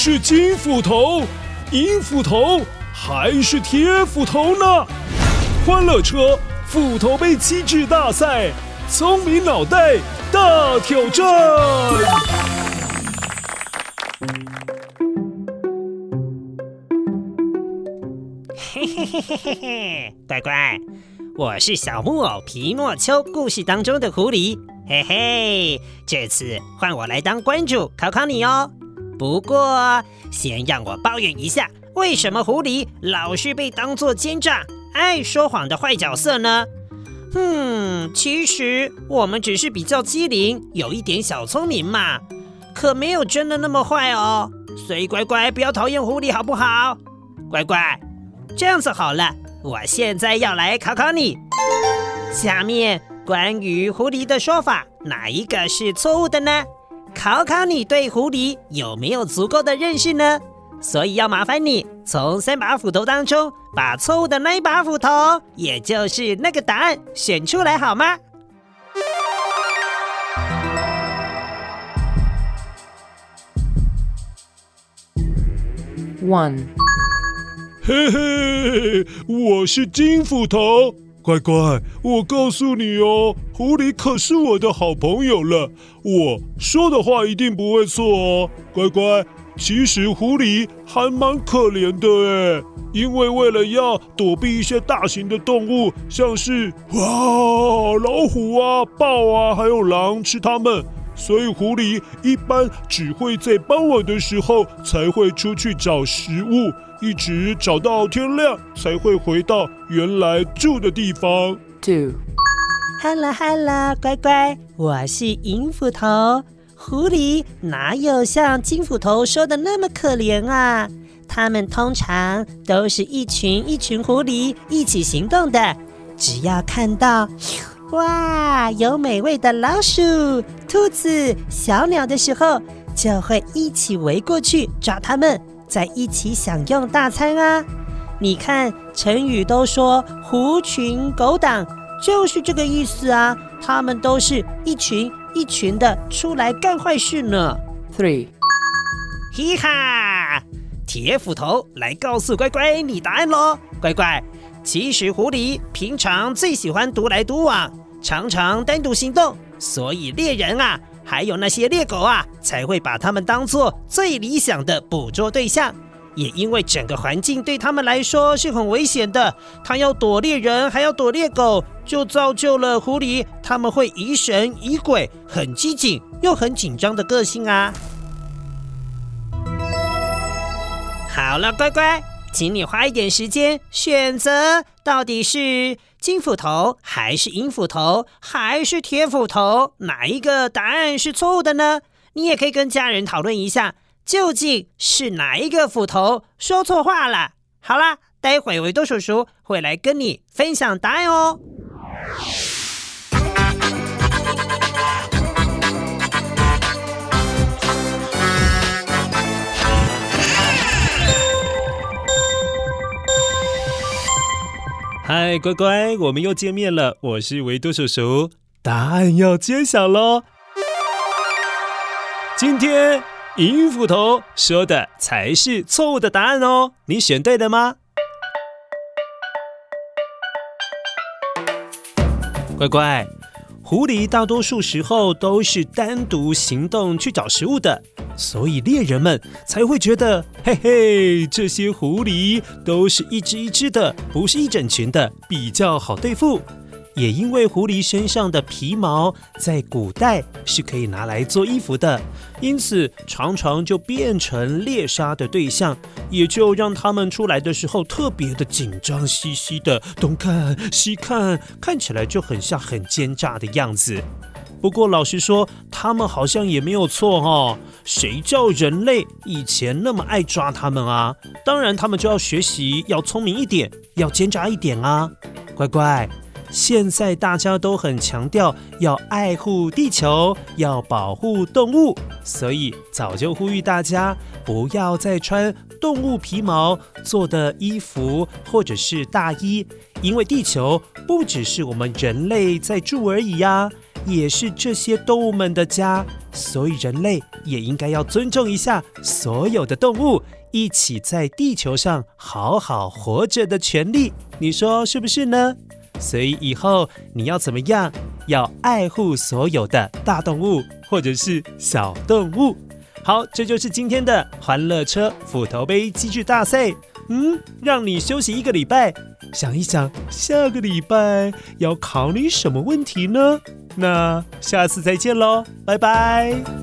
是金斧头、银斧头还是铁斧头呢？欢乐车斧头杯机智大赛，聪明脑袋大挑战。 嘿嘿嘿嘿嘿嘿，乖乖，我是小木偶皮诺丘故事当中的狐狸，嘿嘿，这次换我来当关主考考你哦。不过先让我抱怨一下，为什么狐狸老是被当作奸诈、爱说谎的坏角色呢？其实我们只是比较机灵，有一点小聪明嘛，可没有真的那么坏哦。所以乖乖不要讨厌狐狸好不好？乖乖，这样子好了，我现在要来考考你。下面关于狐狸的说法，哪一个是错误的呢？考考你对狐狸有没有足够的认识呢？所以要麻烦你从3把斧头当中把错误的那一把斧头，也就是那个答案选出来好吗 ？1. 嘿嘿，我是金斧头。乖乖，我告诉你哦，狐狸可是我的好朋友了，我说的话一定不会错哦。乖乖，其实狐狸还蛮可怜的耶，因为为了要躲避一些大型的动物，像是老虎啊、豹啊，还有狼吃它们，所以狐狸一般只会在傍晚的时候才会出去找食物，一直找到天亮才会回到原来住的地方。 2. Hello， 乖乖，我是银斧头。狐狸哪有像金斧头说的那么可怜啊？它们通常都是一群一群狐狸一起行动的，只要看到哇有美味的老鼠、兔子、小鸟的时候，就会一起围过去抓它们，再一起享用大餐啊。你看成语都说狐群狗党，就是这个意思啊，他们都是一群一群的出来干坏事呢。 3. 嘻哈，铁斧头来告诉乖乖你答案咯。乖乖，其实狐狸平常最喜欢独来独往，常常单独行动，所以猎人啊，还有那些猎狗啊，才会把它们当作最理想的捕捉对象。也因为整个环境对他们来说是很危险的，他要躲猎人还要躲猎狗，就造就了狐狸他们会疑神疑鬼，很机警又很紧张的个性啊。好了，乖乖，请你花一点时间选择，到底是金斧头还是银斧头还是铁斧头，哪一个答案是错误的呢？你也可以跟家人讨论一下，究竟是哪一个斧头说错话了。好啦，待会维多叔叔会来跟你分享答案哦。 嗨，乖乖，我们又见面了，我是维多叔叔，答案要揭晓咯。今天银斧头说的才是错误的答案哦，你选对了吗？乖乖，狐狸大多数时候都是单独行动去找食物的，所以猎人们才会觉得，嘿嘿，这些狐狸都是一只一只的，不是一整群的，比较好对付。也因为狐狸身上的皮毛在古代是可以拿来做衣服的，因此常常就变成猎杀的对象，也就让他们出来的时候特别的紧张兮兮的，东看西看，看起来就很像很奸诈的样子。不过老实说，他们好像也没有错哦，谁叫人类以前那么爱抓他们啊？当然他们就要学习，要聪明一点，要奸诈一点啊。乖乖，现在大家都很强调要爱护地球，要保护动物，所以早就呼吁大家不要再穿动物皮毛做的衣服或者是大衣，因为地球不只是我们人类在住而已呀， 也是这些动物们的家，所以人类也应该要尊重一下所有的动物，一起在地球上好好活着的权利。你说是不是呢？所以以后你要怎么样？要爱护所有的大动物或者是小动物。好，这就是今天的欢乐车斧头杯机智大赛。让你休息1个礼拜，想一想下个礼拜要考你什么问题呢？那下次再见咯，拜拜。